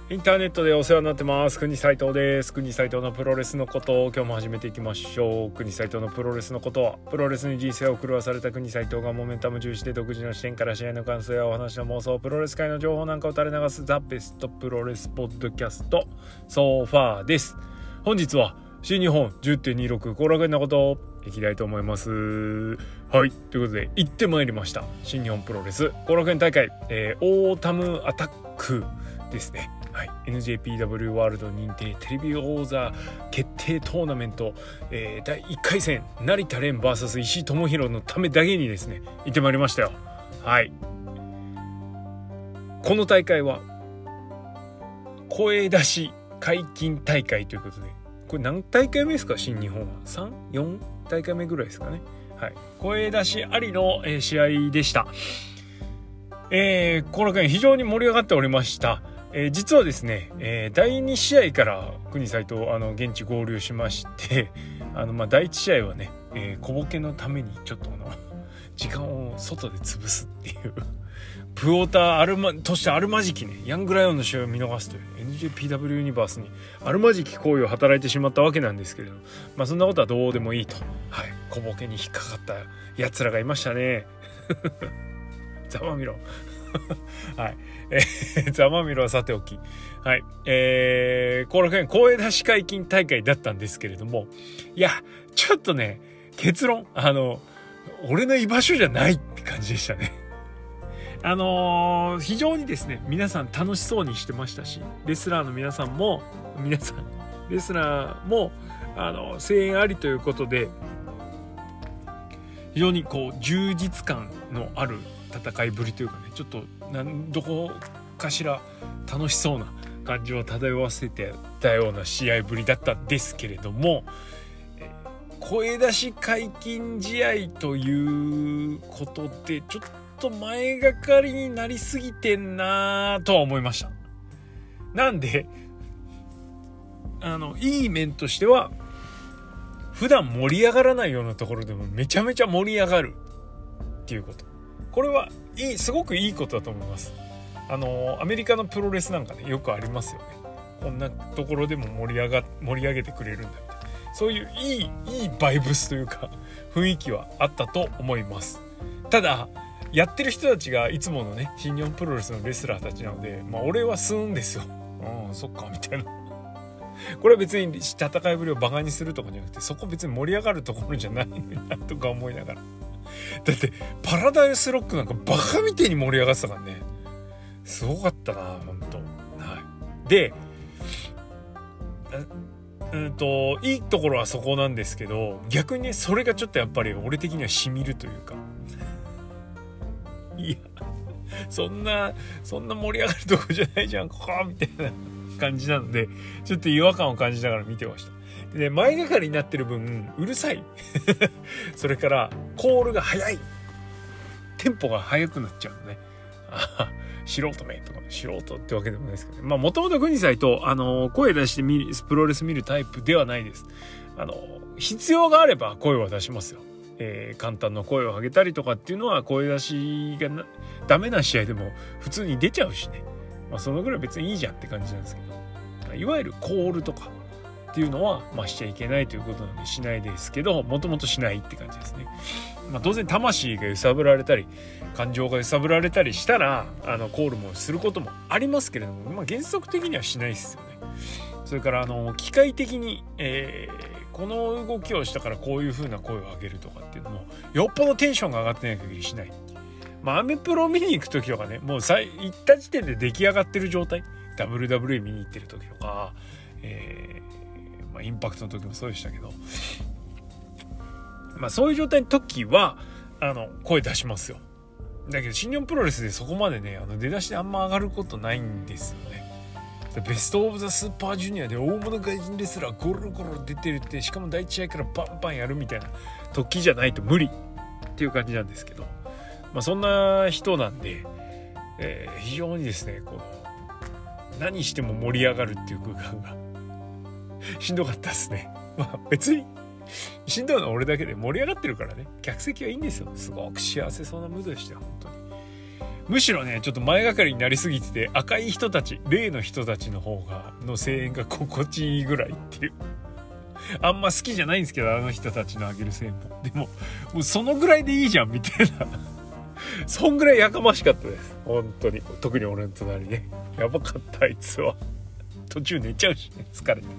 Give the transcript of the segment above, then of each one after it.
インターネットでお世話になってます国斉藤です。国斉藤のプロレスのことを今日も始めていきましょう。国斉藤のプロレスのことは、プロレスに人生を狂わされた国斉藤がモメンタム重視で独自の視点から試合の感想やお話の妄想、プロレス界の情報なんかを垂れ流すザ・ベストプロレスポッドキャストソファーです。本日は新日本 10.26 後楽園のことをいきたいと思います。はい、ということで行ってまいりました新日本プロレス後楽園大会、オータムアタックですね。はい、NJPW ワールド認定テレビ王座決定トーナメント、第1回戦成田蓮 vs 石井智弘のためだけにですね行ってまいりましたよ。はい、この大会は声出し解禁大会ということで、これ何大会目ですか新日本は。 3?4 大会目ぐらいですかね。はい、声出しありの、試合でした。後楽園非常に盛り上がっておりました。実はですね、第2試合から国斉藤現地合流しまして第1試合はね、小ボケのためにちょっと時間を外で潰すっていうプオーターとしてあるまじきねヤングライオンの試合を見逃すという NJPW ユニバースにあるまじき行為を働いてしまったわけなんですけれど、そんなことはどうでもいいと、はい、小ボケに引っかかったやつらがいましたね。ざまみろはい、ざまみろはさておき、はい、後楽園声出し解禁大会だったんですけれども、いやちょっとね結論俺の居場所じゃないって感じでしたね。非常にですね皆さん楽しそうにしてましたし、レスラーも声援ありということで非常にこう充実感のある戦いぶりというかね、ちょっとどこかしら楽しそうな感じを漂わせてたような試合ぶりだったんですけれども、声出し解禁試合ということでちょっと前がかりになりすぎてんなとは思いました。なんでいい面としては普段盛り上がらないようなところでもめちゃめちゃ盛り上がるっていうこと、これはいい、すごくいいことだと思います。アメリカのプロレスなんかねよくありますよね。こんなところでも盛り上げてくれるんだみたいな、そういういいバイブスというか雰囲気はあったと思います。ただやってる人たちがいつものね新日本プロレスのレスラーたちなので、俺は吸うんですよ。そっかみたいな。これは別に戦いぶりをバカにするとかじゃなくて、そこ別に盛り上がるところじゃないのになとか思いながら、だってパラダイスロックなんかバカみてえに盛り上がってたからね、すごかったな本当。はい、でいいところはそこなんですけど、逆にねそれがちょっとやっぱり俺的にはしみるというか、いやそんな盛り上がるとこじゃないじゃんここみたいな感じなので、ちょっと違和感を感じながら見てました。で、前がかりになってる分うるさいそれからコールが早い、テンポが速くなっちゃうのね。素人めとか素人ってわけでもないですけど、もともと国際と声出してプロレス見るタイプではないです。必要があれば声は出しますよ。簡単な声を上げたりとかっていうのは声出しがダメな試合でも普通に出ちゃうしね、そのぐらい別にいいじゃんって感じなんですけど、いわゆるコールとかっていうのはしちゃいけないということなのでしないですけど、もともとしないって感じですね。当然魂が揺さぶられたり感情が揺さぶられたりしたらコールもすることもありますけれども、原則的にはしないですよね。それから機械的に、この動きをしたからこういう風な声を上げるとかっていうのもよっぽどテンションが上がってない限りしない。アメプロ見に行く時とかね、もう行った時点で出来上がってる状態、 WWE 見に行ってる時とか、インパクトの時もそうでしたけど、そういう状態の時は声出しますよ。だけど新日本プロレスでそこまでね出だしであんま上がることないんですよね。ベストオブザスーパージュニアで大物外人レスラーゴロゴロ出てるって、しかも第一試合からバンバンやるみたいな時じゃないと無理っていう感じなんですけど、そんな人なんで、非常にですね何しても盛り上がるっていう空間がしんどかったですね。別にしんどいのは俺だけで盛り上がってるからね、客席はいいんですよ。すごく幸せそうなムードでしたよ本当に。 むしろねちょっと前がかりになりすぎてて、赤い人たち、例の人たちの方がの声援が心地いいぐらいっていう。あんま好きじゃないんですけど、あの人たちの上げる声援も。でももうそのぐらいでいいじゃんみたいな。そんぐらいやかましかったです本当に。特に俺の隣ね、やばかったあいつは。途中寝ちゃうしね、疲れて。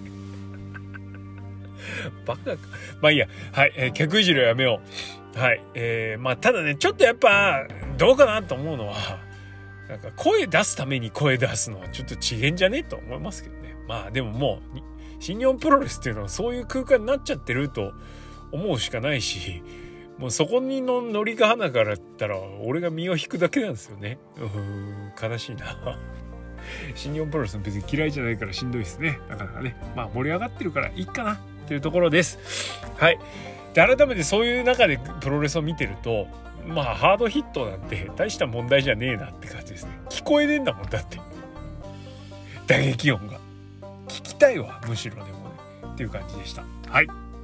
バカか。まあいいや。はい、客いじりをやめよう。はい。まあただね、ちょっとやっぱどうかなと思うのは、なんか声出すために声出すのはちょっと違えんじゃねえと思いますけどね。まあでももう新日本プロレスっていうのはそういう空間になっちゃってると思うしかないし、もうそこにのノリが花からったら俺が身を引くだけなんですよね。悲しいな。新日本プロレス別に嫌いじゃないからしんどいですね。なかなかね。まあ盛り上がってるからいいかなというところです。はい。で改めてそういう中でプロレスを見てると、まあハードヒットなんて大した問題じゃねえなって感じですね。聞こえねえんだもんだって。打撃音が。聞きたいわ、むしろでもねっていう感じでした。はい。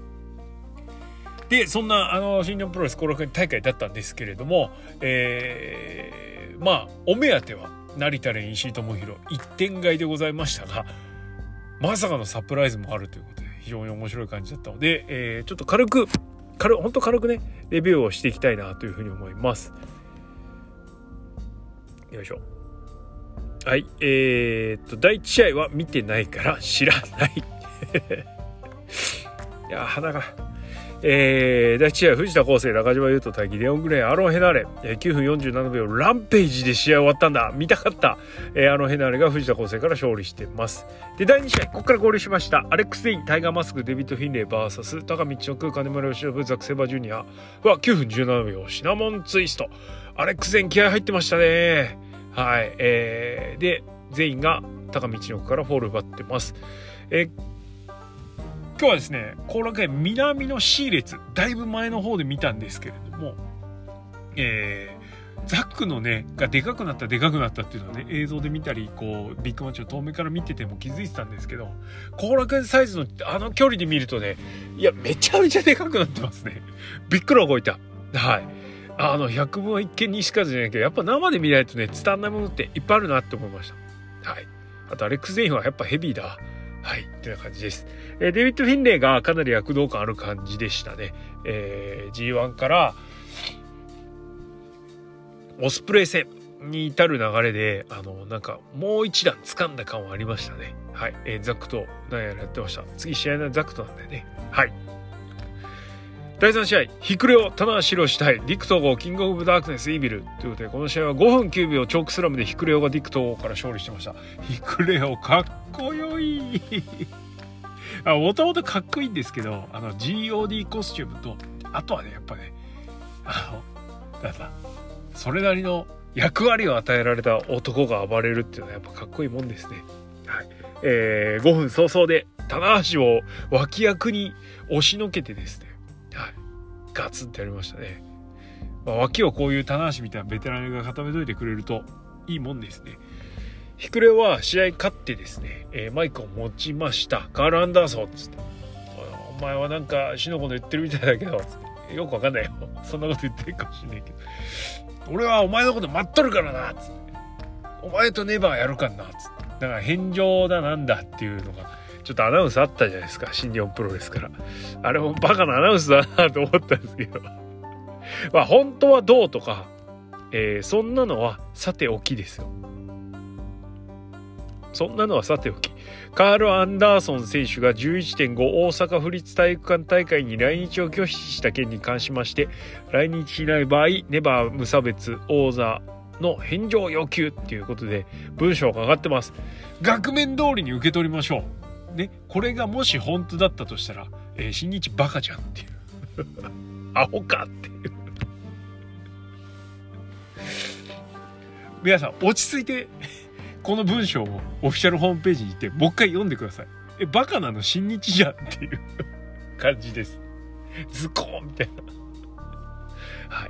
でそんな新日本プロレス後楽園大会だったんですけれども、まあお目当ては成田連石井智弘一点買いでございましたが、まさかのサプライズもあるということで非常に面白い感じだったので、ちょっと軽くほんと軽くねレビューをしていきたいなというふうに思います。よいしょ。はい、第1試合は見てないから知らないいや鼻が第1試合藤田康生中島裕翔対ギデオン・グレイアロン・ヘナーレ、9分47秒ランページで試合終わったんだ、見たかった、アロン・ヘナーレが藤田康生から勝利してます。で第2試合ここから合流しました。アレックス・デインタイガー・マスクデビッド・フィンレイ VS 高道の空金村義信ザック・セバージュニアは9分17秒シナモンツイスト。アレックス・デイン気合入ってましたね。はい、で全員が高道の奥からフォール奪ってます。今日はですね後楽園南の C 列だいぶ前の方で見たんですけれども、ザックのねがでかくなったっていうのはね映像で見たりこうビッグマッチを遠目から見てても気づいてたんですけど、後楽園サイズの距離で見るとね、いやめちゃめちゃでかくなってますね。びっくり動いた。はい。100分は一見にしかずじゃないけど、やっぱ生で見ないとね伝わんないものっていっぱいあるなって思いました。はい。あとアレックス・デインはやっぱヘビーだ。はい、ってな感じです。デビッド・フィンレイがかなり躍動感ある感じでしたね。G1 からオスプレイ戦に至る流れでなんかもう一段掴んだ感はありましたね。はい、ザックと何やらやってました。次試合のザックとなんでね。はい。第3試合ヒクレオ棚橋宏対ディクトゴキングオブダークネスイービルということで、この試合は5分9秒チョークスラムでヒクレオがディクトゴから勝利してました。ヒクレオかっこよいもともとかっこいいんですけどGOD コスチュームとあとはねやっぱねだからそれなりの役割を与えられた男が暴れるっていうのはやっぱかっこいいもんですね。はい。5分早々で棚橋を脇役に押しのけてですね、はい、ガツンとやりましたね。脇をこういう棚橋みたいなベテランが固めといてくれるといいもんですね。ヒクレオは試合勝ってですね、マイクを持ちました。カール・アンダーソンっつって、お前はなんか死のこと言ってるみたいだけどつって、よくわかんないよそんなこと言ってるかもしれないけど、俺はお前のこと待っとるからなっつって、お前とネバーやるかんなっつって、だから返上だなんだっていうのがちょっとアナウンスあったじゃないですか、新日本プロレスから。あれもバカなアナウンスだなと思ったんですけどまあ本当はどうとか、そんなのはさておきですよ。そんなのはさておき、カール・アンダーソン選手が 11.5 大阪府立体育館大会に来日を拒否した件に関しまして、来日しない場合ネバー無差別王座の返上要求っていうことで文章が上がってます。額面通りに受け取りましょうね。これがもし本当だったとしたら、新日バカじゃんっていうアホかっていう皆さん落ち着いてこの文章をオフィシャルホームページに行ってもう一回読んでください。バカなの新日じゃんっていう感じです。ズコーンみたいな。はい。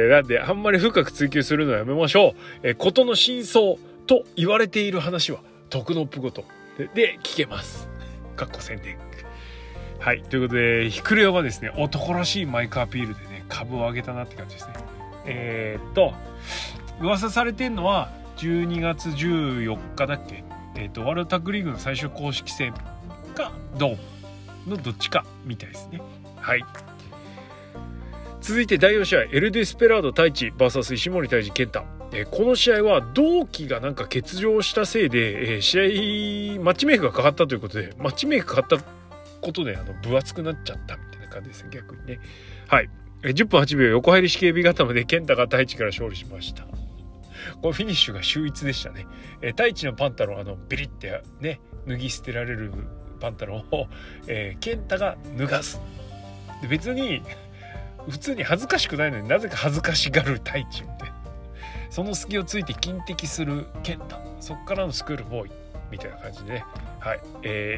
なんであんまり深く追求するのはやめましょう。事の真相と言われている話は徳のプごとで聞けます。かっこ宣伝。はい。ということでヒクレオがですね男らしいマイクアピールでね株を上げたなって感じですね。 噂されてんのは12月14日だっけ、ワールドタッグリーグの最終公式戦かドームのどっちかみたいですね。はい。続いて第4試合、エル・デスペラード太一 VS 石森泰治健太。この試合は同期がなんか欠場したせいで、試合マッチメイクが変わったということで、マッチメイク変わったことで分厚くなっちゃったみたいな感じですね、逆にね。はい。10分8秒横入り式エビ固めで健太が太一から勝利しました。このフィニッシュが秀逸でしたね。太一のパンタロンビリってね脱ぎ捨てられるパンタロンを、健太が脱がす。で別に普通に恥ずかしくないのになぜか恥ずかしがる太一みたいな。その隙をついて金敵する健太。そっからのスクールボーイみたいな感じでね。はい。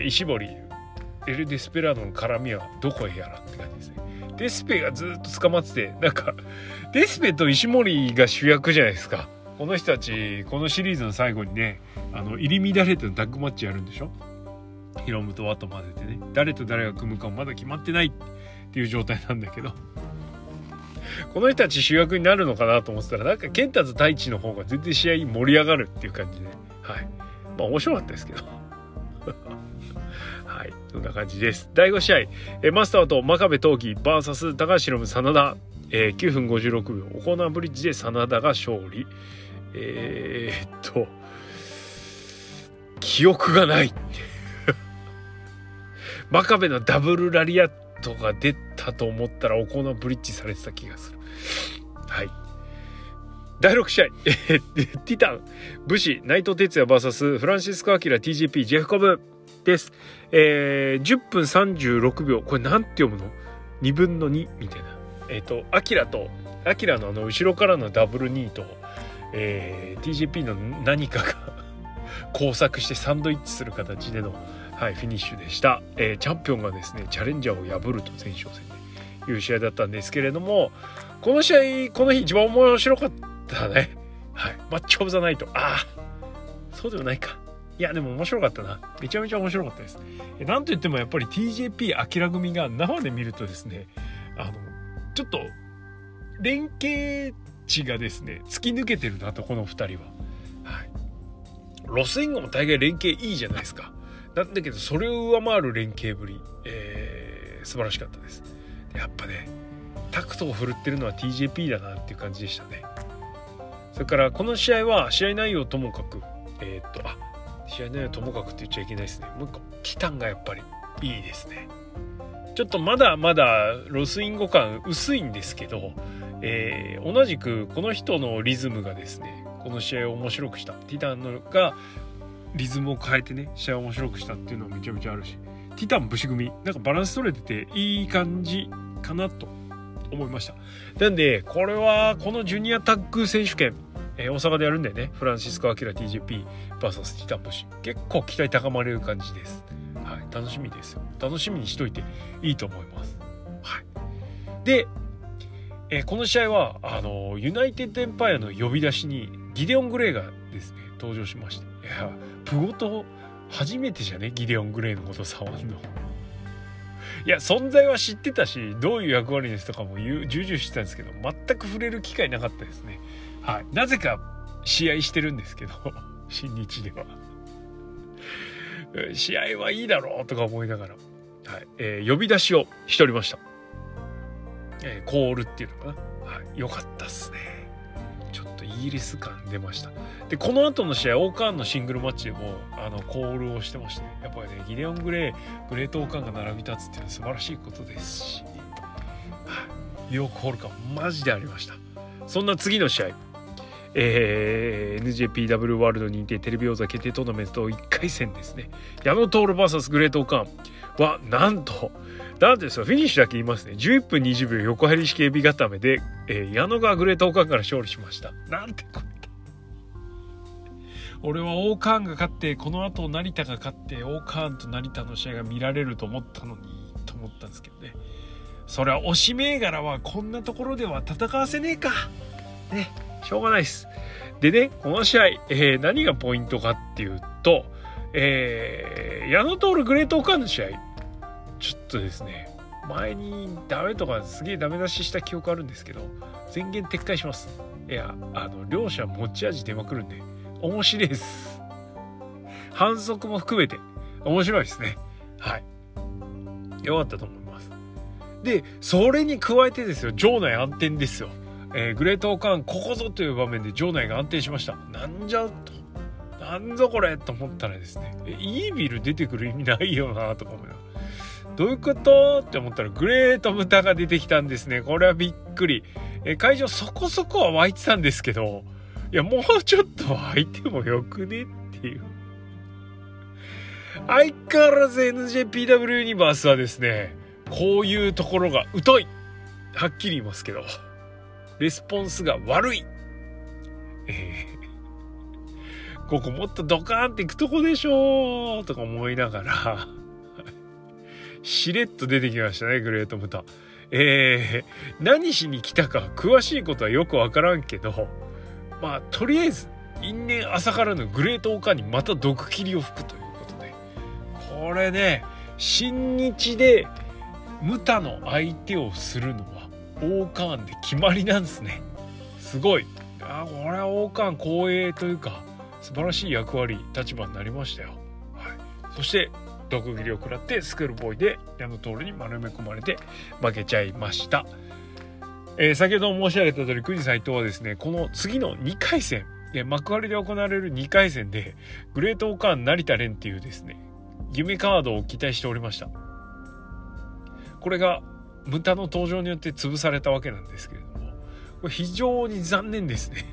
石堀エル・デスペラードの絡みはどこへやらって感じですね。デスペがずっと捕まってて、なんかデスペと石森が主役じゃないですか。この人たちこのシリーズの最後にね入り乱れてのタッグマッチやるんでしょ。ヒロムとワト混ぜてね、誰と誰が組むかもまだ決まってないっていう状態なんだけど、この人たち主役になるのかなと思ってたら、なんかケンタと太一の方が全然試合盛り上がるっていう感じで、はい、まあ面白かったですけどはい、そんな感じです。第5試合、マスターと真壁闘技 VS 高橋宏夢真田、9分56秒オコーナーブリッジで真田が勝利。記憶がない真壁のダブルラリアットが出たと思ったらオコーナーブリッジされてた気がする。はい。第6試合ティタン武士内藤哲也 VS フランシスコ・アキラ TJP ジェフコブです。10分36秒。これなんて読むの ?2 分の2みたいな。アキラの後ろからのダブル2と、TJP の何かが交錯してサンドイッチする形での、はい、フィニッシュでした。チャンピオンがですねチャレンジャーを破ると前哨戦でいう試合だったんですけれども、この試合この日一番面白かったね。はい、マッチオブザナイト。そうでもないか。いやでも面白かったな。めちゃめちゃ面白かったです。なんといってもやっぱり TJP アキラ組が生で見るとですね、ちょっと連携値がですね突き抜けてるなと、この2人は。はい、ロスインゴも大概連携いいじゃないですか。なんだけどそれを上回る連携ぶり、素晴らしかったです。やっぱねタクトを振るってるのは TJP だなっていう感じでしたね。それからこの試合は試合内容ともかく試合内容ともかくって言っちゃいけないですね。もう一個ティタンがやっぱりいいですね。ちょっとまだまだロスインゴ感薄いんですけど、同じくこの人のリズムがですねこの試合を面白くした。ティタンのがリズムを変えてね試合を面白くしたっていうのはめちゃめちゃあるし、ティタン武士組なんかバランス取れてていい感じかなと思いました。なんでこれはこのジュニアタッグ選手権、大阪でやるんだよね。フランシスコ・アキラ TJP vs ティタン武士、結構期待高まれる感じです。はい、楽しみですよ。楽しみにしといていいと思います。はい、で、この試合はユナイテッドエンパイアの呼び出しにギデオン・グレイがですね登場しまして、いやプゴト初めてじゃねギデオン・グレイのこと触んの。いや存在は知ってたしどういう役割ですとかも重々してたんですけど、全く触れる機会なかったですね。はい、なぜか試合してるんですけど新日では試合はいいだろうとか思いながら、はい呼び出しをしておりました。コールっていうのかな、はい、よかったっすね。ちょっとイギリス感出ました。でこの後の試合オーカーンのシングルマッチでもコールをしてまして、やっぱりねギデオン・グレートオーカーンが並び立つっていうのは素晴らしいことですし、はい、ヨークホール感マジでありました。そんな次の試合、NJPW ワールド認定テレビ王座決定トーナメント1回戦ですね。矢野徹 VS グレートオーカーンはなんですか、フィニッシュだけ言いますね。11分20秒横入り式エビ固めで、矢野がグレートオーカーンから勝利しました。なんてこった。俺はオーカーンが勝ってこの後成田が勝ってオーカーンと成田の試合が見られると思ったのにと思ったんですけどね。それは推し銘柄はこんなところでは戦わせねえかね、しょうがないです。でねこの試合、何がポイントかっていうと、矢野徹グレートオーカーンの試合ちょっとですね前にダメとかすげえダメ出しした記憶あるんですけど、全言撤回します。いや両者持ち味出まくるんで面白いです。反則も含めて面白いですね。はい、よかったと思います。でそれに加えてですよ、場内暗転ですよ。グレートオカーンここぞという場面で場内が暗転しました。なんじゃと、なんぞこれと思ったらですね、イービル出てくる意味ないよなとか思いながら、どういうことって思ったらグレートムタが出てきたんですね。これはびっくり。会場そこそこは湧いてたんですけど、いやもうちょっと湧いてもよくねっていう。相変わらず NJPW ユニバースはですね、こういうところが疎い、はっきり言いますけど、レスポンスが悪い。ここもっとドカーンっていくとこでしょとか思いながらしれっと出てきましたね、グレートムタ。何しに来たか詳しいことはよくわからんけど、まあとりあえず因縁朝からのグレートオカーンにまた毒斬りを吹くということで、これね、新日でムタの相手をするのはオーカーンで決まりなんですね。すごい。これはオーカーン光栄というか素晴らしい役割立場になりましたよ。はい、そして毒斬りを食らってスクールボーイで矢野徹に丸め込まれて負けちゃいました。先ほど申し上げた通り、久慈斉藤はですね、この次の2回戦、幕張で行われる2回戦でグレートオカーン成田蓮っていうですね、夢カードを期待しておりました。これがムタの登場によって潰されたわけなんですけれども、これ非常に残念ですね。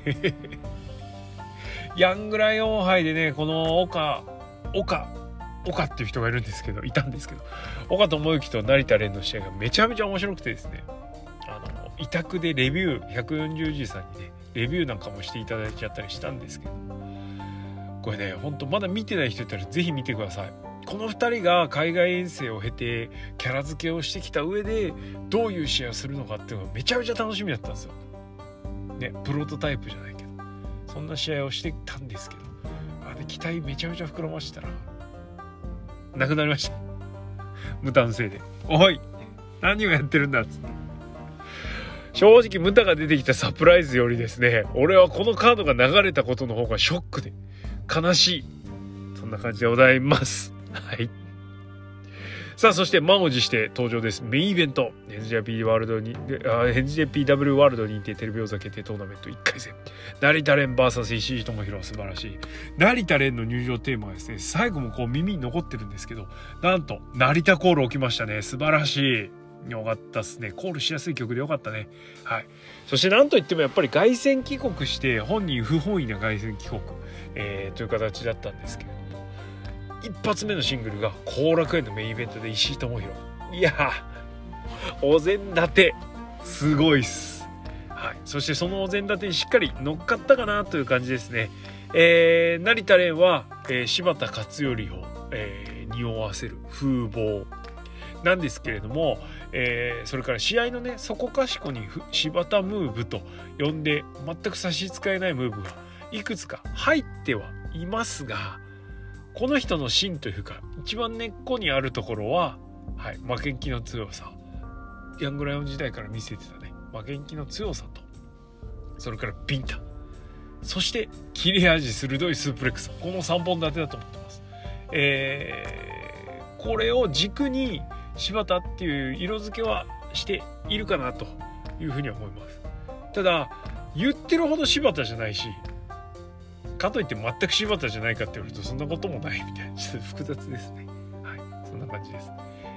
ヤングライオン杯でね、この岡っていう人がいたんですけど、岡智之と成田蓮の試合がめちゃめちゃ面白くてですね、委託でレビュー140時さんにねレビューなんかもしていただいちゃったりしたんですけど、これね、ほんとまだ見てない人いたらぜひ見てください。この2人が海外遠征を経てキャラ付けをしてきた上でどういう試合をするのかっていうのがめちゃめちゃ楽しみだったんですよね。プロトタイプじゃないけどそんな試合をしてたんですけど、で期待めちゃめちゃ膨らましたらなくなりました。ムタのせいで。おい何をやってるんだっつって、正直ムタが出てきたサプライズよりですね、俺はこのカードが流れたことの方がショックで悲しい、そんな感じでございます。はい。さあそして満を持して登場です。メインイベント NJPW ワールド認定テレビ王座決定トーナメント1回戦、成田蓮 VS 石井智弘。素晴らしい。成田蓮の入場テーマはですね、最後もこう耳に残ってるんですけど、なんと成田コール起きましたね。素晴らしい、よかったっすね。コールしやすい曲でよかったね。はい。そしてなんといってもやっぱり凱旋帰国して本人不本意な凱旋帰国、という形だったんですけれども、一発目のシングルが後楽園のメインイベントで石井智弘。いやお膳立てすごいっす。はい。そしてそのお膳立てにしっかり乗っかったかなという感じですね。成田蓮は、柴田勝頼を、匂わせる風貌なんですけれども、それから試合のね、そこかしこに柴田ムーブと呼んで全く差し支えないムーブがいくつか入ってはいますが、この人の芯というか一番根っこにあるところは、はい、負けん気の強さ、ヤングライオン時代から見せてたね負けん気の強さと、それからビンタ、そして切れ味鋭いスープレックス、この3本立てだと思ってます。これを軸に柴田っていう色付けはしているかなというふうには思います。ただ言ってるほど柴田じゃないし、かといって全く柴田じゃないかって言われるとそんなこともないみたいな、ちょっと複雑ですね。はい、そんな感じです。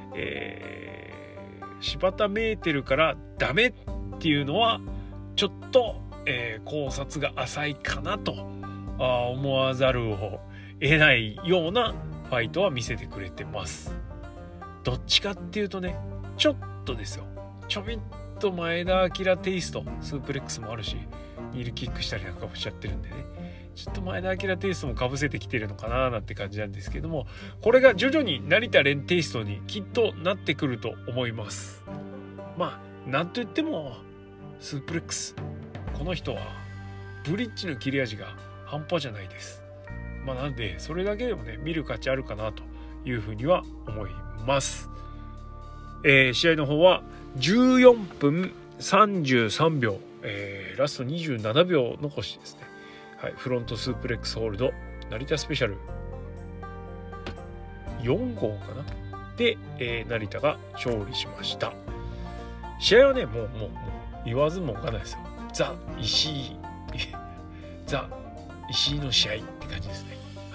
柴田メーテルからダメっていうのはちょっと、考察が浅いかなと思わざるを得ないようなファイトは見せてくれてます。どっちかっていうとね、ちょっとですよ、ちょびっと前田明テイスト、スープレックスもあるしニールキックしたりなんかもしちゃってるんでね、ちょっと前田明テイストもかぶせてきてるのかななんて感じなんですけども、これが徐々に成田蓮テイストにきっとなってくると思います。まあなんといってもスープレックス、この人はブリッジの切れ味が半端じゃないです。まあなんでそれだけでもね見る価値あるかなというふうには思います。 試合の方は14分33秒、ラスト27秒残しですね、はい、フロントスープレックスホールド成田スペシャル4号かなで、成田が勝利しました。試合はねもう言わずもがなですよ。ザ・石井の試合って感じですね。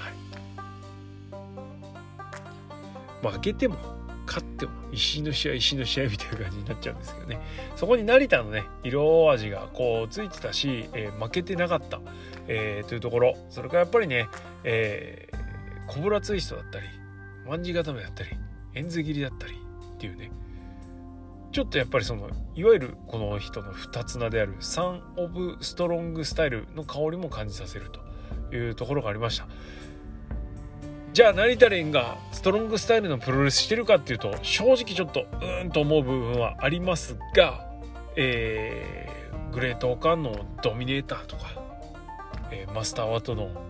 はい、負けても勝っても石井の試合みたいな感じになっちゃうんですけどね。そこに成田のね色味がこうついてたし、負けてなかった、というところ、それからやっぱりね、コブラツイストだったりワンジ固めだったりエンズ切りだったりっていうね、ちょっとやっぱりそのいわゆるこの人の二つ名であるサン・オブ・ストロングスタイルの香りも感じさせるというところがありました。じゃあ成田蓮がストロングスタイルのプロレスしてるかっていうと正直ちょっとと思う部分はありますが、グレートオカンのドミネーターとか、マスターワトの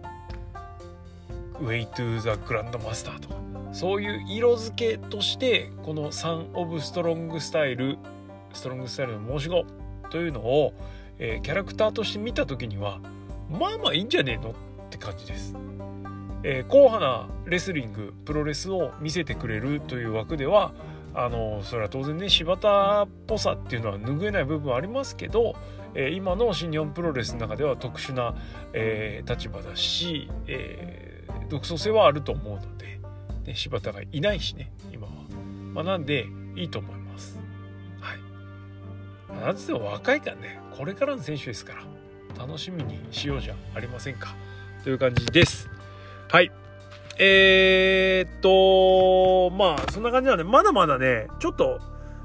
ウェイトゥーザグランドマスターとか、そういう色付けとしてこのサン・オブ・ストロングスタイルの申し子というのを、キャラクターとして見た時にはまあいいんじゃねえのって感じです。硬派なレスリングプロレスを見せてくれるという枠ではそれは当然ね柴田っぽさっていうのは拭えない部分はありますけど、今の新日本プロレスの中では特殊な、立場だし、独創性はあると思うので、ね、柴田がいないしね今は、なんでいいと思います。はい。なんつっても若いからね、これからの選手ですから楽しみにしようじゃありませんかという感じです。はい。そんな感じなんで、まだまだねちょっと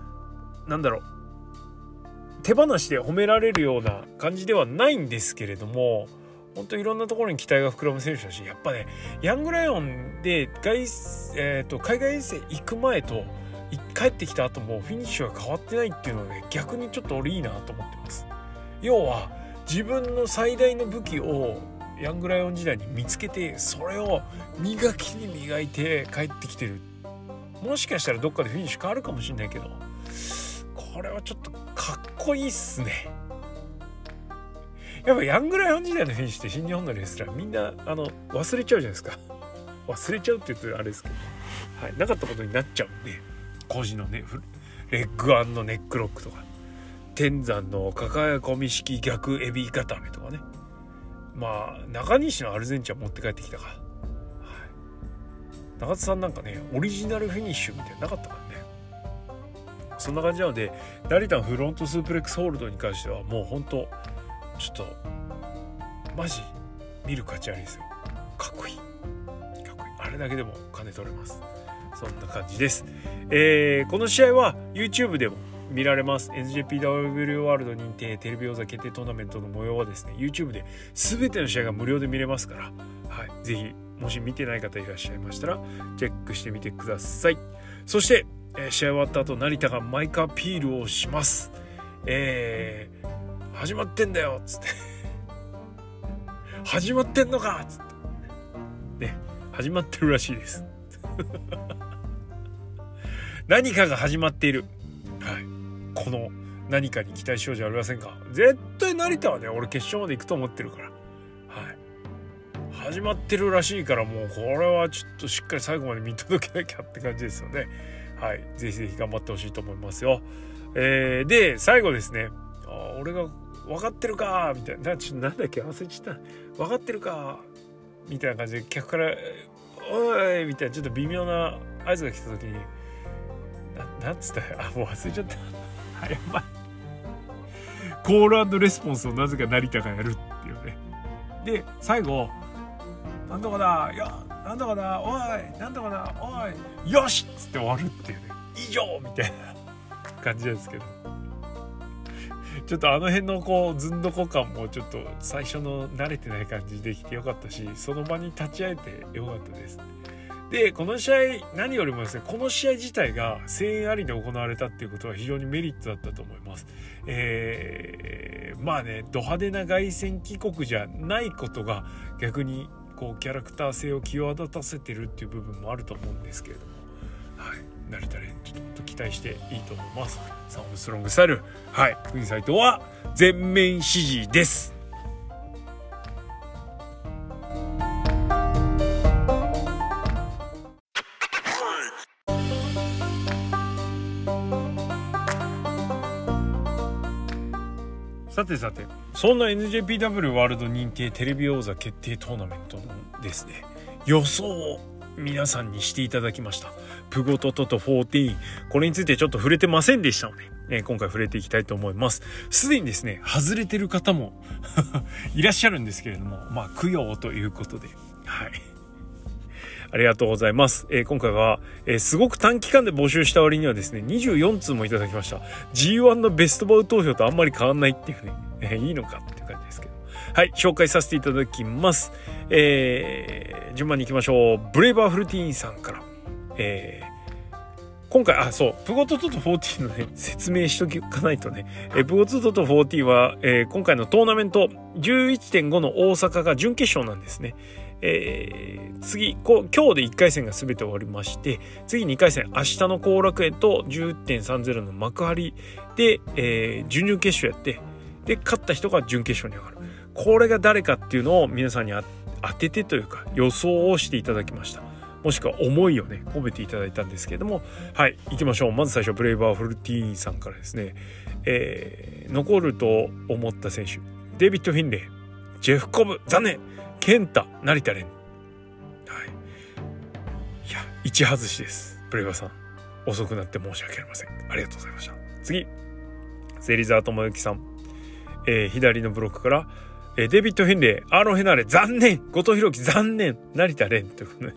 手放しで褒められるような感じではないんですけれども、本当いろんなところに期待が膨らむ選手だし、やっぱねヤングライオンで海外遠征行く前と帰ってきた後もフィニッシュが変わってないっていうのはね、逆にちょっと俺いいなと思ってます。要は自分の最大の武器をヤングライオン時代に見つけて、それを磨いて帰ってきてる。もしかしたらどっかでフィニッシュ変わるかもしれないけど、これはちょっとかっこいいっすね。やっぱヤングライオン時代のフィニッシュって新日本のレスラーみんな忘れちゃうじゃないですか。忘れちゃうって言うとあれですけど、はい、なかったことになっちゃうんで、工事のねレッグアンのネックロックとか、天山の抱え込み式逆エビ固めとかね、中西のアルゼンチン持って帰ってきたか、はい、中津さんなんかねオリジナルフィニッシュみたいななかったからね。そんな感じなので、成田のフロントスープレックスホールドに関してはもう本当ちょっとマジ見る価値ありですよ。かっこいいあれだけでも金取れます。そんな感じです。この試合は YouTube でも見られます。 NJPW ワールド認定テレビ王座決定トーナメントの模様はですね YouTube で全ての試合が無料で見れますから、はい、ぜひもし見てない方いらっしゃいましたらチェックしてみてください。そして、試合終わった後成田がマイクアピールをします。始まってんだよっつって始まってんのかっつってね、始まってるらしいです何かが始まっている。はい、この何かに期待しようじゃありませんか。絶対成田はね俺決勝まで行くと思ってるから、はい、始まってるらしいから、もうこれはちょっとしっかり最後まで見届けなきゃって感じですよね。はい、ぜひぜひ頑張ってほしいと思いますよ。で最後ですね、俺が分かってるかみたいな、ちょっとなんだっけ忘れちゃった、分かってるかみたいな感じで客からおいみたいなちょっと微妙な合図が来た時になんつったらもう忘れちゃったやばい。コール&レスポンスをなぜか成田がやるっていうね。で最後なんとかだ、いやなんとかだ、おいなんとかだ、おいよしっつって終わるっていうね、以上みたいな感じなんですけど、ちょっと辺のこうずんどこ感もちょっと最初の慣れてない感じできてよかったし、その場に立ち会えてよかったです。でこの試合何よりもですね、この試合自体が声援ありで行われたっていうことは非常にメリットだったと思います。まあねド派手な凱旋帰国じゃないことが逆にこうキャラクター性を際立たせてるっていう部分もあると思うんですけれども、はい、成田蓮ちょっと期待していいと思います。サームストロングスタイル、はい、国斎藤は全面支持です。さてさて、そんな NJPW ワールド認定テレビ王座決定トーナメントのですね、予想を皆さんにしていただきました。プゴトトと14、これについてちょっと触れてませんでしたので、今回触れていきたいと思います。すでにですね、外れてる方もいらっしゃるんですけれども、供養ということで、はい。ありがとうございます。今回は、すごく短期間で募集した割にはですね、24通もいただきました。G1 のベストバウ投票とあんまり変わんないっていうね、いいのかっていう感じですけど。はい、紹介させていただきます。順番に行きましょう。ブレイバーフルティーンさんから。今回、プゴトトと14のね、説明しとかないとね。プゴトトと14は、今回のトーナメント 11.5 の大阪が準決勝なんですね。次今日で1回戦が全て終わりまして、次2回戦明日の後楽園と 10.30 の幕張で、準々決勝やって、で勝った人が準決勝に上がる。これが誰かっていうのを皆さんに当ててというか予想をしていただきました。もしくは思いをね込めていただいたんですけれども、はい、行きましょう。まず最初ブレイバーフルティーンさんからですね、残ると思った選手、デイビッド・フィンレイ、ジェフ・コブ残念、ケンタ、成田蓮、はい、いや1外しです。ブレイバーさん遅くなって申し訳ありません。ありがとうございました。次、芹沢智之さん、左のブロックからデイビッド・フィンレイ、アーロン・ヘナーレ残念、後藤弘樹残念、成田蓮ということで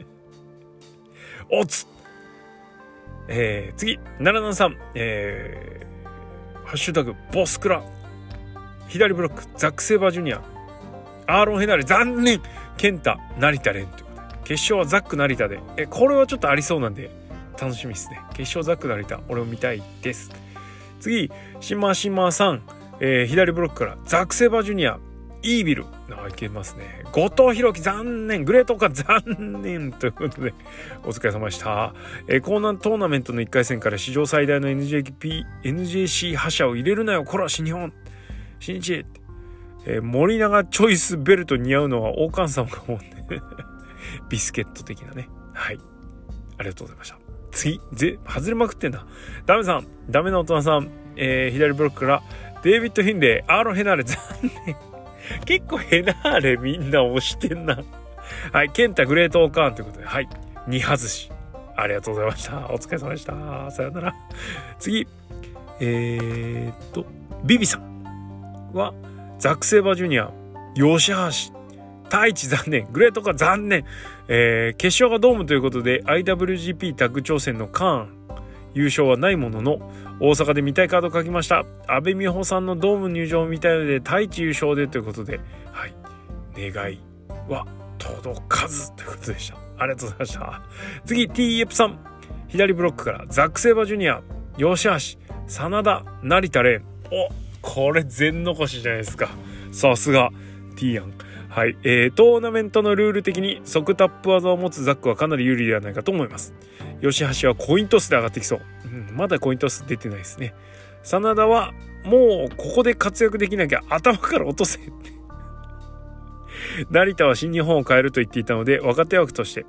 おつ、次773、ハッシュタグボスクラ、左ブロックザック・セイバージュニア、アーロン・ヘナーレ残念、ケンタ、成田蓮ということで、決勝はザック成田で、これはちょっとありそうなんで楽しみですね。決勝ザック成田、俺も見たいです。次しましまさん、左ブロックからザック・セイバージュニア、イービル、いけますね。後藤弘樹残念、グレートオカ残念ということでお疲れ様でした。コーナートーナメントの1回戦から史上最大の NJC 覇者を入れるなよこら新日本新日、森永チョイスベルト似合うのは王冠様がもうねビスケット的なね、はい、ありがとうございました。次外れまくってんだ。ダメさん、ダメな大人さん、左ブロックからデイビッド・フィンレイ、アーロン・ヘナーレ残念結構ヘナーレみんな押してんな。はい、ケンタ、グレートオーカーンということで、はい、2外し。ありがとうございました。お疲れ様でした。さよなら。次、ビビさんは、ザック・セイバージュニア、吉橋、太一残念、グレートオーカー残念。決勝がドームということで、IWGP タッグ挑戦のカーン、優勝はないものの、大阪で見たいカード書きました。阿部美穂さんのドーム入場を見たいので太一優勝でということで、はい、願いは届かずということでした。ありがとうございました。次 T エプさん、左ブロックからザック・セイバージュニア、吉橋、真田、成田蓮、これ全残しじゃないですか。さすが T やん。はい、トーナメントのルール的に即タップ技を持つザックはかなり有利ではないかと思います。吉橋はコイントスで上がってきそう、まだコイントス出てないですね。真田はもうここで活躍できなきゃ頭から落とせ成田は新日本を変えると言っていたので若手枠として、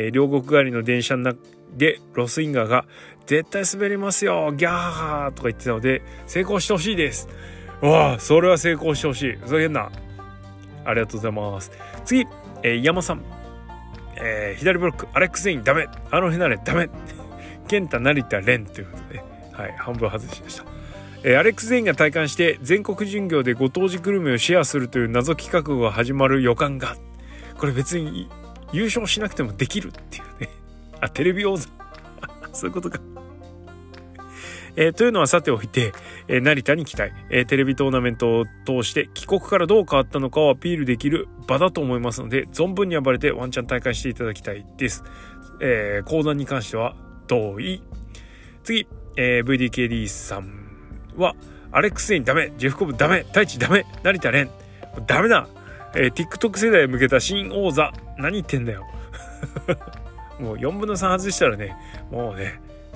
両国帰りの電車の中でロスインガーが絶対滑りますよギャーハーとか言ってたので成功してほしいです。わあ、それは成功してほしい。ふざけんな。ありがとうございます。次、山さん、左ブロックアレックス・ゼインダメ、アーロン・ヘナーレダメケンタ、成田、蓮ということで、はい、半分外しでした。アレックス・ゼインが体感して全国巡業でご当地グルメをシェアするという謎企画が始まる予感が、これ別に優勝しなくてもできるっていうねテレビ王座そういうことか。というのはさておいて、成田に期待、テレビトーナメントを通して帰国からどう変わったのかをアピールできる場だと思いますので存分に暴れてワンチャン大会していただきたいです。講談に関しては同意。次、VDKD さんはアレックス・ゼインダメ、ジェフコブダメ、太一ダメ、成田蓮ダメだ、TikTok 世代へ向けた新王座何言ってんだよもう4分の3外したらね、もうね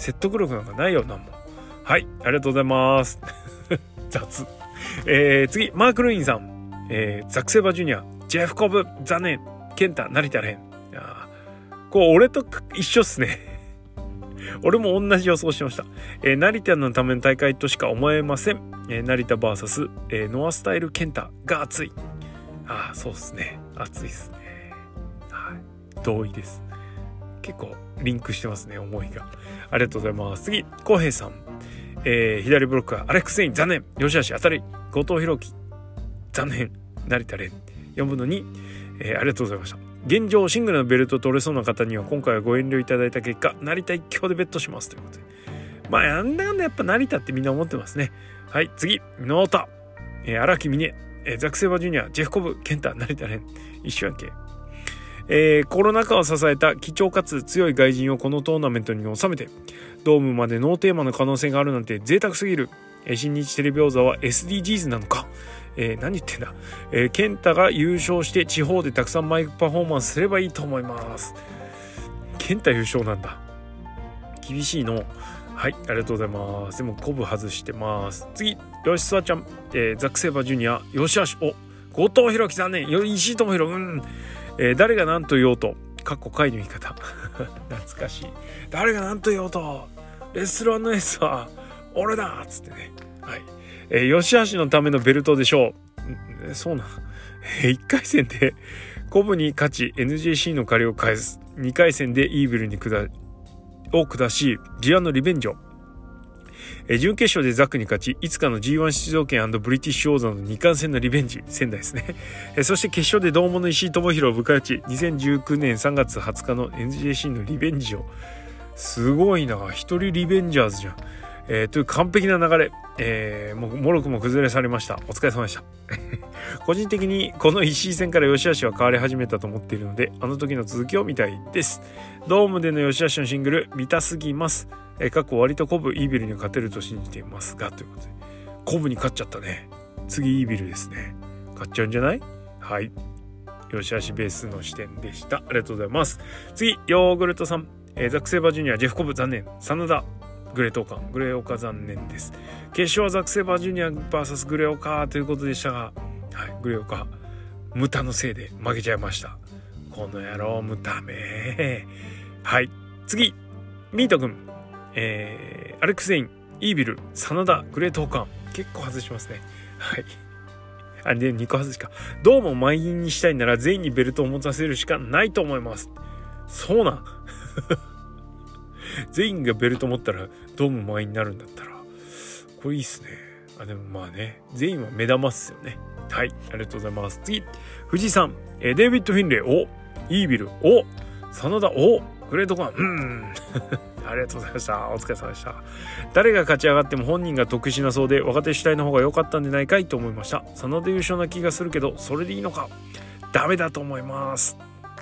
説得力なんかないよなんも。はい、ありがとうございます。雑。次、マーク・ルインさん。ザック・セイバージュニア、ジェフ・コブ、残念。ケンタ、成田蓮。これ俺と一緒っすね。俺も同じ予想しました。成田のための大会としか思えません。成田 VS、ノアスタイルケンタが熱い。そうっすね。熱いっすね。はい。同意です。結構リンクしてますね、思いが。ありがとうございます。次、浩平さん。左ブロックはアレックス・エイン、残念。吉橋当たり。後藤弘樹、残念。成田蓮、4分の2。ありがとうございました。現状シングルのベルト取れそうな方には今回はご遠慮いただいた結果、成田一強でベットしますということで、なんだかんだやっぱ成田ってみんな思ってますね。はい、次、ノータ、荒木峰、ザック・セイバージュニア、ジェフ・コブ、ケンタ、成田蓮、一緒やんけ。コロナ禍を支えた貴重かつ強い外人をこのトーナメントに収めてドームまでノーテーマの可能性があるなんて贅沢すぎる。新日テレビ王座は SDGs なのか。何言ってんだ。ケンタが優勝して地方でたくさんマイクパフォーマンスすればいいと思います。ケンタ優勝なんだ。厳しいの。はい、ありがとうございます。でもコブ外してます。次、吉沢ちゃん、ザック・セイバージュニア、吉橋、後藤弘樹残念。石井智弘、誰が何と言おうと、かっこ回の言い方。懐かしい。誰が何と言おうと、レスラーのエースは俺だっつってね。はい。吉橋のためのベルトでしょう。そうなん。1回戦でコブに勝ち NJC の借りを返す。2回戦でイービルに下し G1 のリベンジを。準決勝でザックに勝ち、いつかの G1 出場権&ブリティッシュ王座の2冠戦のリベンジ、仙台ですね。そして決勝で同門の石井智弘を迎え撃ち、2019年3月20日の NJC のリベンジを。すごいな、一人リベンジャーズじゃん。という完璧な流れ、もろくも崩れされました。お疲れ様でした。個人的にこの石井戦から吉橋は変わり始めたと思っているので、あの時の続きを見たいです。ドームでの吉橋のシングル見たすぎます。過去割とコブイービルに勝てると信じていますが、ということでコブに勝っちゃったね。次イービルですね。勝っちゃうんじゃない？はい、吉橋ベースの視点でした。ありがとうございます。次、ヨーグルトさん、ザック・セイバージュニア、ジェフ・コブ残念。真田グレートオカン、グレーオカ残念です。決勝はザック・セイバージュニア vs グレーオカということでしたが、はい、グレーオカムタのせいで負けちゃいました。この野郎ムタめ。はい、次ミート君、アレックス・エイン、イービル、真田、グレートオカン、結構外しますね。はい、で2個外しか。どうも満員にしたいなら全員にベルトを持たせるしかないと思います。そうなん全員がベルト持ったらドーム満員になるんだったらこれいいっすね。でもまあね、全員は目玉っすよね。はい、ありがとうございます。次、藤井さん、デイビッド・フィンレイ、イービル、真田、グレートカン、ありがとうございました。お疲れ様でした。誰が勝ち上がっても本人が得しなそうで若手主体の方が良かったんじゃないかいと思いました。真田優勝な気がするけどそれでいいのか。ダメだと思います。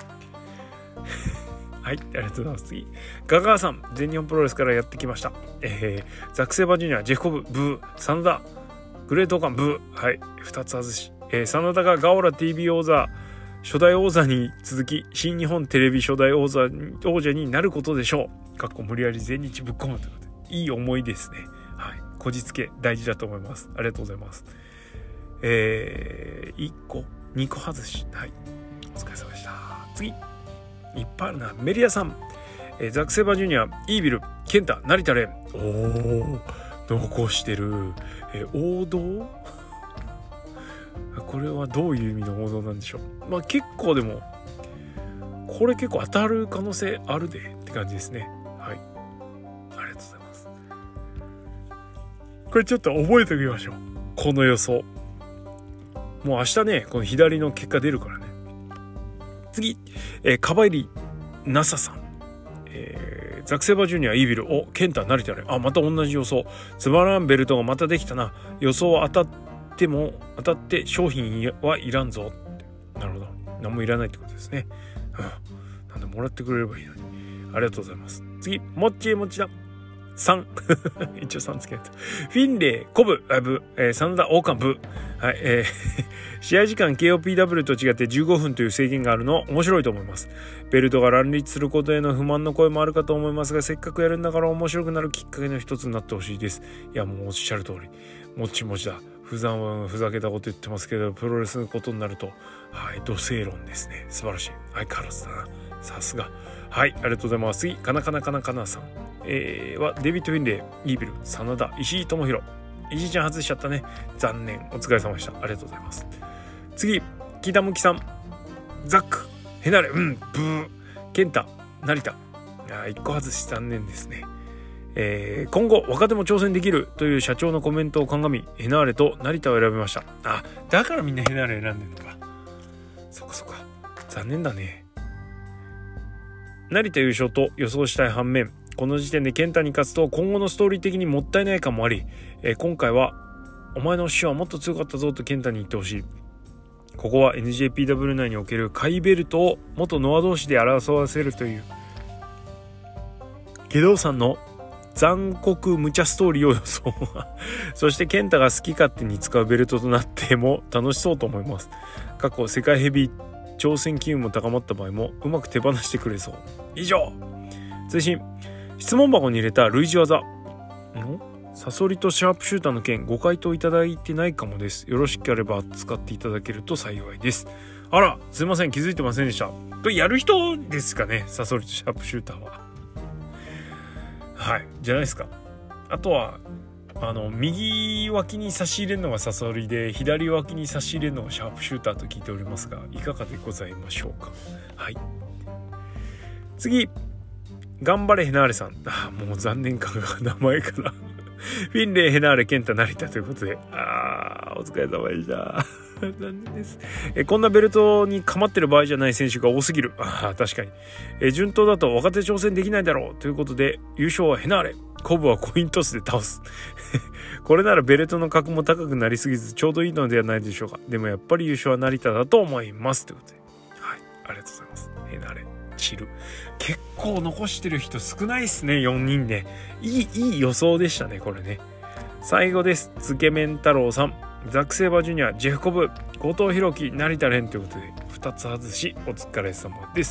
はい、ありがとうございます。次、ガガーさん、全日本プロレスからやってきました。ザック・セイバージュニア、ジェフ・コブ、ブー、真田、グレートオカン、ブー、はい、2つ外し、真田がガオラ TV 王座、初代王座に続き新日本テレビ初代王者になることでしょう。かっこ無理やり全日ぶっ込むということで、いい思いですね。はい、こじつけ大事だと思います。ありがとうございます。1個2個外し、はい、お疲れ様でした。次、いっぱいあるな。メリアさん、ザック・セイバージュニア、イービル、ケンタ、成田蓮。残してる。王道これはどういう意味の王道なんでしょう。結構でもこれ結構当たる可能性あるでって感じですね。はい、ありがとうございます。これちょっと覚えておきましょう、この予想。もう明日ね、この左の結果出るからね。次、カバイリナサさん、ザック・セイバージュニア、イービル、ケンタ、成田ね。また同じ予想。つまらんベルトがまたできたな。予想当たって商品はいらんぞ。なるほど、何もいらないってことですね。なんでもらってくれればいいのに。ありがとうございます。次、もっちだ、 3一応3つけないと。フィンレイ、コブ、真田、王冠、ブ。はい、試合時間 KOPW と違って15分という制限があるの面白いと思います。ベルトが乱立することへの不満の声もあるかと思いますが、せっかくやるんだから面白くなるきっかけの一つになってほしいです。いや、もうおっしゃる通り。もちもちだ。ふざけたこと言ってますけど、プロレスのことになると、はい、土星論ですね。素晴らしい。相変わらずだな。さすが。はい、ありがとうございます。次、かなさん。はデビッド・フィンレイ、イービル、真田、石井智弘。石井ちゃん外しちゃったね。残念。お疲れ様でした。ありがとうございます。次、北向さん、ザック、ヘナレ、ブー、ケンタ、成田。1個外し残念ですね。今後若手も挑戦できるという社長のコメントを鑑みヘナーレと成田を選びました。だからみんなヘナーレ選んでるのか。そっか残念だね。成田優勝と予想したい反面、この時点で健太に勝つと今後のストーリー的にもったいない感もあり、今回はお前の師匠はもっと強かったぞと健太に言ってほしい。ここは NJPW 内における下位ベルトを元ノア同士で争わせるという下道さんの残酷無茶ストーリーを予想そして健太が好き勝手に使うベルトとなっても楽しそうと思います。過去世界ヘビー挑戦機運も高まった場合もうまく手放してくれそう。以上。追伸、質問箱に入れた類似技サソリとシャープシューターの件ご回答いただいてないかもです。よろしければ使っていただけると幸いです。あら、すいません、気づいてませんでした。やる人ですかね、サソリとシャープシューターは。はい、じゃないですか。あとは右脇に差し入れるのがサソリで、左脇に差し入れるのがシャープシューターと聞いておりますが、いかがでございましょうか。はい。次、頑張れヘナーレさん。もう残念感が名前からフィンレイ、ヘナーレ、ケンタ、成田ということで、お疲れ様でした残念です。こんなベルトに構ってる場合じゃない選手が多すぎる。確かに。順当だと若手挑戦できないだろうということで、優勝はヘナーレ、コブはコイントスで倒すこれならベルトの格も高くなりすぎずちょうどいいのではないでしょうか。でもやっぱり優勝は成田だと思いますということで、はい、ありがとうございます。ヘナーレ、チル。結構残してる人少ないっすね、4人で。いい予想でしたね、これね。最後です。つけ麺太郎さん、ザック・セイバージュニア、ジェフコブ、後藤弘樹、成田蓮ということで2つ外しお疲れ様です。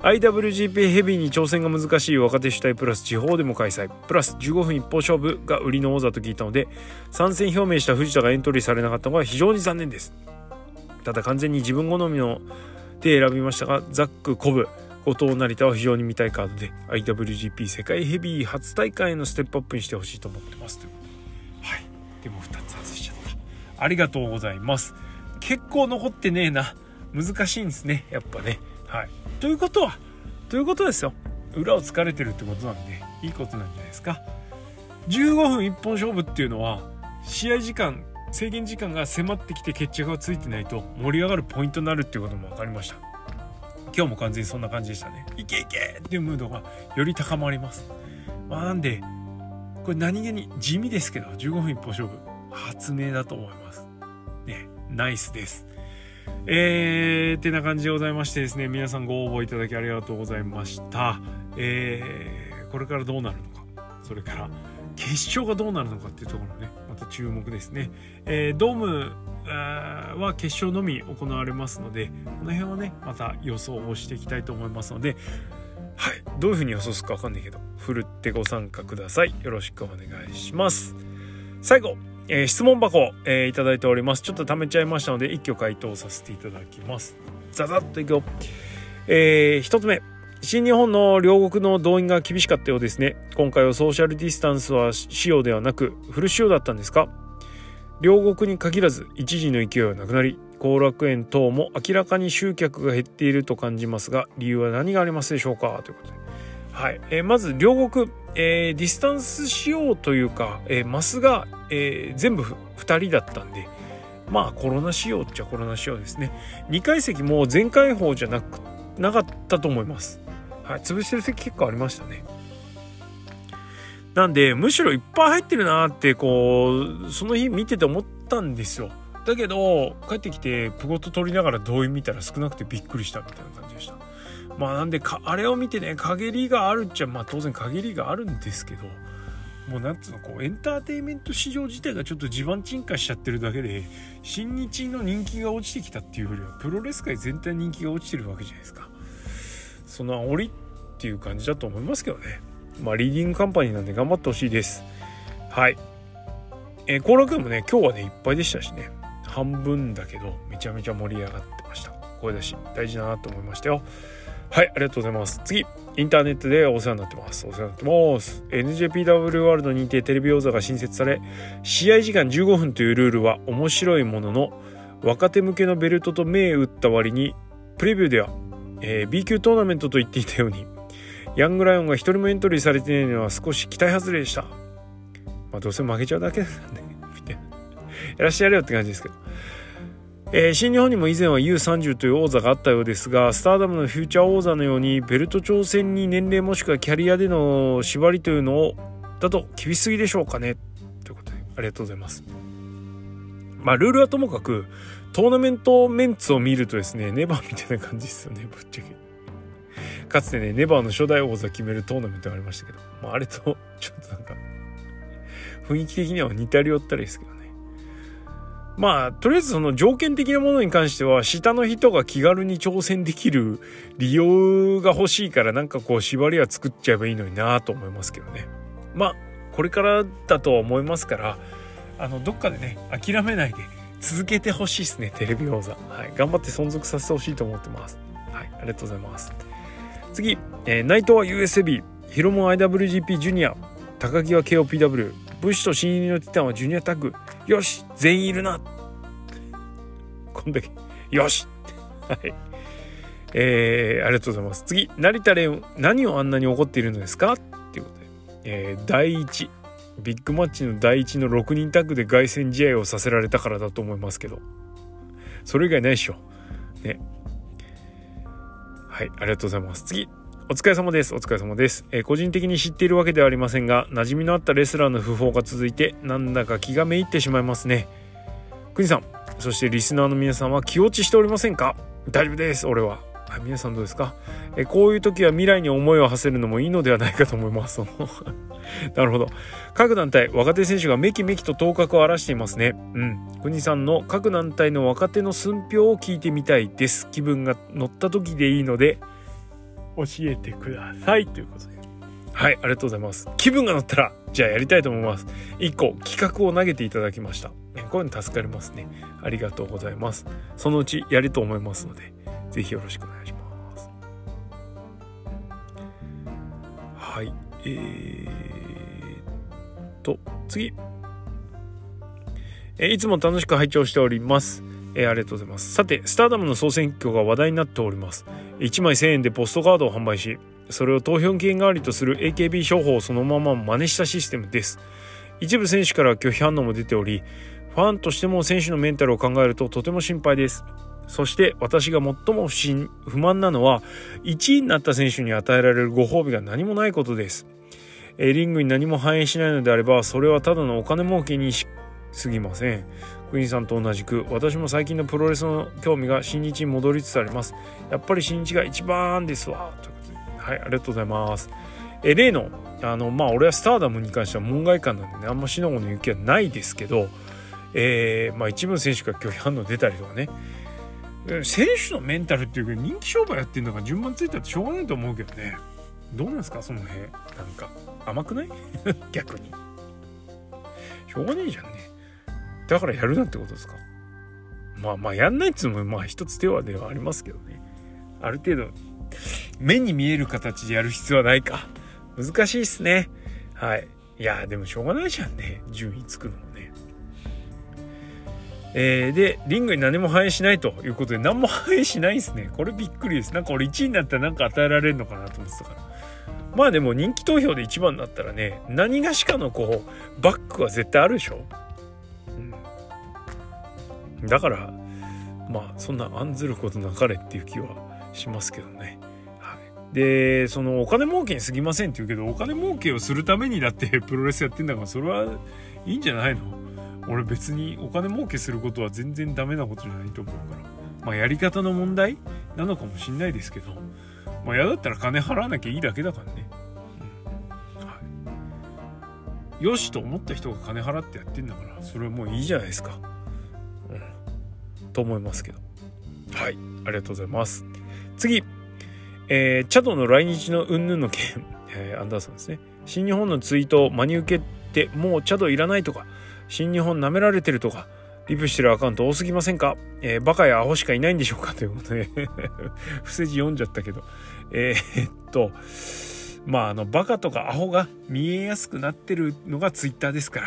IWGP ヘビーに挑戦が難しい若手主体プラス地方でも開催プラス15分一本勝負が売りの王座と聞いたので、参戦表明した藤田がエントリーされなかったのが非常に残念です。ただ完全に自分好みので選びましたが、ザック、コブ、後藤、成田は非常に見たいカードで IWGP 世界ヘビー初大会へのステップアップにしてほしいと思ってますという。はい、でも2つ外しちゃった。ありがとうございます。結構残ってねえな。難しいんですね、やっぱね。はい。ということですよ。裏を突かれてるってことなんで、いいことなんじゃないですか。15分一本勝負っていうのは、試合時間、制限時間が迫ってきて決着がついてないと盛り上がるポイントになるっていうことも分かりました。今日も完全にそんな感じでしたね。いけいけっていうムードがより高まります。なんで、これ何気に地味ですけど、15分一本勝負、発明だと思います。ね、ナイスです。ってな感じでございましてですね、皆さんご応募いただきありがとうございました。これからどうなるのか、それから決勝がどうなるのかっていうところね、また注目ですね。ドームは決勝のみ行われますので、この辺はねまた予想をしていきたいと思いますので、はい、どういう風に予想するか分かんないけどふるってご参加ください。よろしくお願いします。最後、質問箱、いただいております。ちょっと貯めちゃいましたので一挙回答させていただきます。ザザッといくよ。一つ目、新日本の両国の動員が厳しかったようですね。今回はソーシャルディスタンスは使用ではなくフル使用だったんですか。両国に限らず一時の勢いはなくなり、後楽園等も明らかに集客が減っていると感じますが、理由は何がありますでしょうかということで、はい、まず両国、ディスタンス仕様というか、マスが、全部2人だったんで、まあコロナ仕様っちゃコロナ仕様ですね。2階席も全開放じゃなかったと思います。はい、潰してる席結構ありましたね。なんでむしろいっぱい入ってるなってこうその日見てて思ったんですよ。だけど帰ってきてプゴト取りながら動員見たら少なくてびっくりしたみたいな感じでした。まあなんであれを見てね、陰りがあるっちゃまあ当然陰りがあるんですけど、 もうなんつうのこうエンターテインメント市場自体がちょっと地盤沈下しちゃってるだけで新日の人気が落ちてきたっていうよりはプロレス界全体人気が落ちてるわけじゃないですか。その煽りっていう感じだと思いますけどね。まあリーディングカンパニーなんで頑張ってほしいです。はい。後楽園もね今日はねいっぱいでしたしね、半分だけどめちゃめちゃ盛り上がってました。声出し大事だなと思いましたよ。はい、ありがとうございます。次、インターネットでお世話になってます。お世話になってます。NJPW ワールド認定テレビ王座が新設され、試合時間15分というルールは面白いものの、若手向けのベルトと銘打った割に、プレビューでは、B 級トーナメントと言っていたように、ヤングライオンが一人もエントリーされていないのは少し期待外れでした。まあどうせ負けちゃうだけなんで、みたいな。やらしてやれよって感じですけど。新日本にも以前は U30 という王座があったようですが、スターダムのフューチャー王座のようにベルト挑戦に年齢もしくはキャリアでの縛りというのをだと厳しすぎでしょうかね、ということでありがとうございます。まあルールはともかくトーナメントメンツを見るとですね、ネバーみたいな感じですよね、ぶっちゃけ。かつてねネバーの初代王座決めるトーナメントがありましたけど、まあ、あれとちょっとなんか雰囲気的には似たり寄ったりですけどね。まあとりあえずその条件的なものに関しては下の人が気軽に挑戦できる理由が欲しいから、なんかこう縛りは作っちゃえばいいのになと思いますけどね。まあこれからだとは思いますから、どっかでね諦めないで続けてほしいですね、テレビ王座。はい、頑張って存続させてほしいと思ってます。はい、ありがとうございます。次、内藤は USB、 ヒロモン IWGP ジュニア、高木は KOPW、 ブッシュと新入りのティタンはジュニアタッグ。よし全員いるな、こんだけよしはい、ありがとうございます。次、成田蓮何をあんなに怒っているのですかっていうことで、第1ビッグマッチの第1の6人タッグで凱旋試合をさせられたからだと思いますけど、それ以外ないでしょね。はい、ありがとうございます。次、お疲れ様です。お疲れ様です。個人的に知っているわけではありませんが、馴染みのあったレスラーの訃報が続いてなんだか気がめいってしまいますね。国さん、そしてリスナーの皆さんは気落ちしておりませんか？大丈夫です、俺は。はい、皆さんどうですか？こういう時は未来に思いを馳せるのもいいのではないかと思います。なるほど。各団体若手選手がめきめきと頭角を現していますね。国さんの各団体の若手の寸評を聞いてみたいです。気分が乗った時でいいので教えてください、ということで。はい、ありがとうございます。気分が乗ったらじゃあやりたいと思います。1個企画を投げていただきました。こういうの助かりますね。ありがとうございます。そのうちやると思いますので、ぜひよろしくお願いします。はい、次、いつも楽しく拝聴しております。ありがとうございます。さて、スターダムの総選挙が話題になっております。1枚1000円でポストカードを販売し、それを投票権代わりとする AKB 商法をそのまま真似したシステムです。一部選手から拒否反応も出ており、ファンとしても選手のメンタルを考えるととても心配です。そして私が最も不満なのは、1位になった選手に与えられるご褒美が何もないことです。リングに何も反映しないのであれば、それはただのお金儲けに過ぎません。クイーンさんと同じく私も最近のプロレスの興味が新日に戻りつつあります。やっぱり新日が一番ですわ、ということで。はい、ありがとうございます。例の俺はスターダムに関しては門外漢なんでね、あんましのごの勇気はないですけど、一部の選手が拒否反応出たりとかね、選手のメンタルっていうか人気商売やってるのが順番ついたってしょうがないと思うけどね。どうなんですかその辺。なんか甘くない？逆にしょうがねえじゃんね。だからやるなってことですか？まあやんないっつうのも一つ手はではありますけどね。ある程度目に見える形でやる必要はないか。難しいっすね。はい。いやでもしょうがないじゃんね、順位つくのもね。でリングに何も反映しないということで、何も反映しないですね。これびっくりです。なんか俺1位になったら何か与えられるのかなと思ってたから。まあでも人気投票で1番になったらね、何がしかのこうバックは絶対あるでしょ。だからそんな案ずることなかれっていう気はしますけどね。はい、でそのお金儲けに過ぎませんって言うけど、お金儲けをするためにだってプロレスやってんだから、それはいいんじゃないの？俺別にお金儲けすることは全然ダメなことじゃないと思うから、やり方の問題なのかもしんないですけど、嫌だったら金払わなきゃいいだけだからね。 よしと思った人が金払ってやってんだから、それはもういいじゃないですか、と思いますけど。はい、ありがとうございます。次、チャドの来日の云々の件、アンダーソンですね。新日本のツイートを真に受けて、もうチャドいらないとか、新日本舐められてるとか、リプしてるアカウント多すぎませんか？バカやアホしかいないんでしょうか、ということで不正字読んじゃったけど、バカとかアホが見えやすくなってるのがツイッターですから、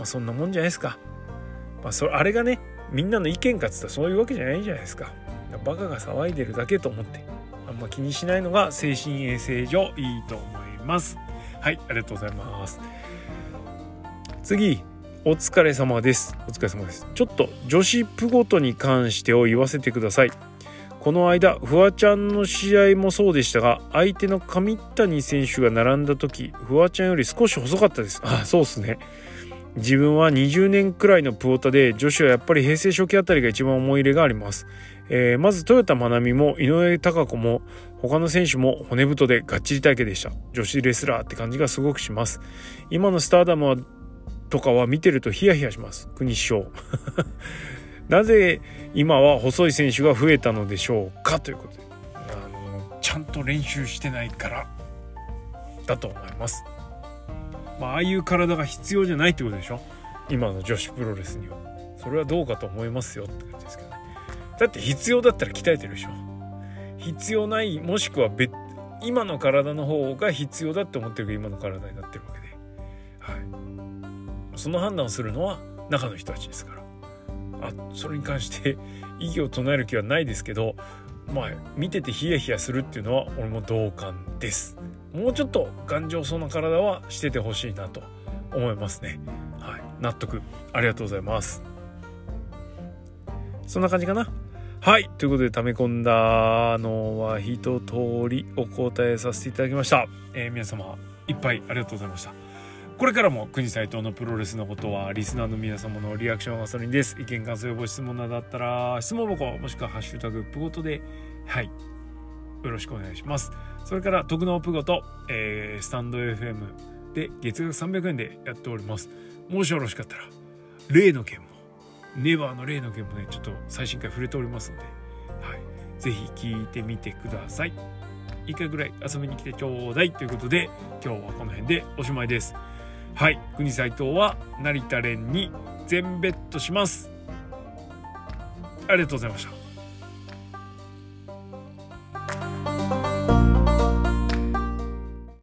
そんなもんじゃないですか。あれがね、みんなの意見かっつったらそういうわけじゃないじゃないですか。バカが騒いでるだけと思ってあんま気にしないのが精神衛生上いいと思います。はい、ありがとうございます。次、お疲れ様です。お疲れ様です。ちょっと女子プゴトに関してを言わせてください。この間フワちゃんの試合もそうでしたが、相手の上谷選手が並んだ時、フワちゃんより少し細かったです。そうですね。自分は20年くらいのプオタで、女子はやっぱり平成初期あたりが一番思い入れがあります。まず豊田真奈美も井上貴子も他の選手も骨太でがっちり体型でした。女子レスラーって感じがすごくします。今のスターダムとかは見てるとヒヤヒヤします。国師匠なぜ今は細い選手が増えたのでしょうか、ということで、ちゃんと練習してないからだと思います。ああいう体が必要じゃないってことでしょ、今の女子プロレスには。それはどうかと思いますよって感じですけどね。だって必要だったら鍛えてるでしょ。必要ない、もしくは今の体の方が必要だって思ってるけど今の体になってるわけで、その判断をするのは中の人たちですから、それに関して異議を唱える気はないですけど、見ててヒヤヒヤするっていうのは俺も同感です。もうちょっと頑丈そうな体はしててほしいなと思いますね。納得。ありがとうございます。そんな感じかな。はい、ということで溜め込んだのは一通りお答えさせていただきました。皆様いっぱいありがとうございました。これからも国斉藤のプロレスのことはリスナーの皆様のリアクションがガソリンです。意見感想やご質問などあったら質問箱もしくはハッシュタグプゴトでよろしくお願いします。それから徳能プゴト、スタンド FM で月額300円でやっております。もしよろしかったら例の件もネバーの例の件もね、ちょっと最新回触れておりますので、ぜひ聞いてみてください。1回ぐらい遊びに来てちょうだいということで、今日はこの辺でおしまいです。国斉藤は成田連に全ベットします。ありがとうございました。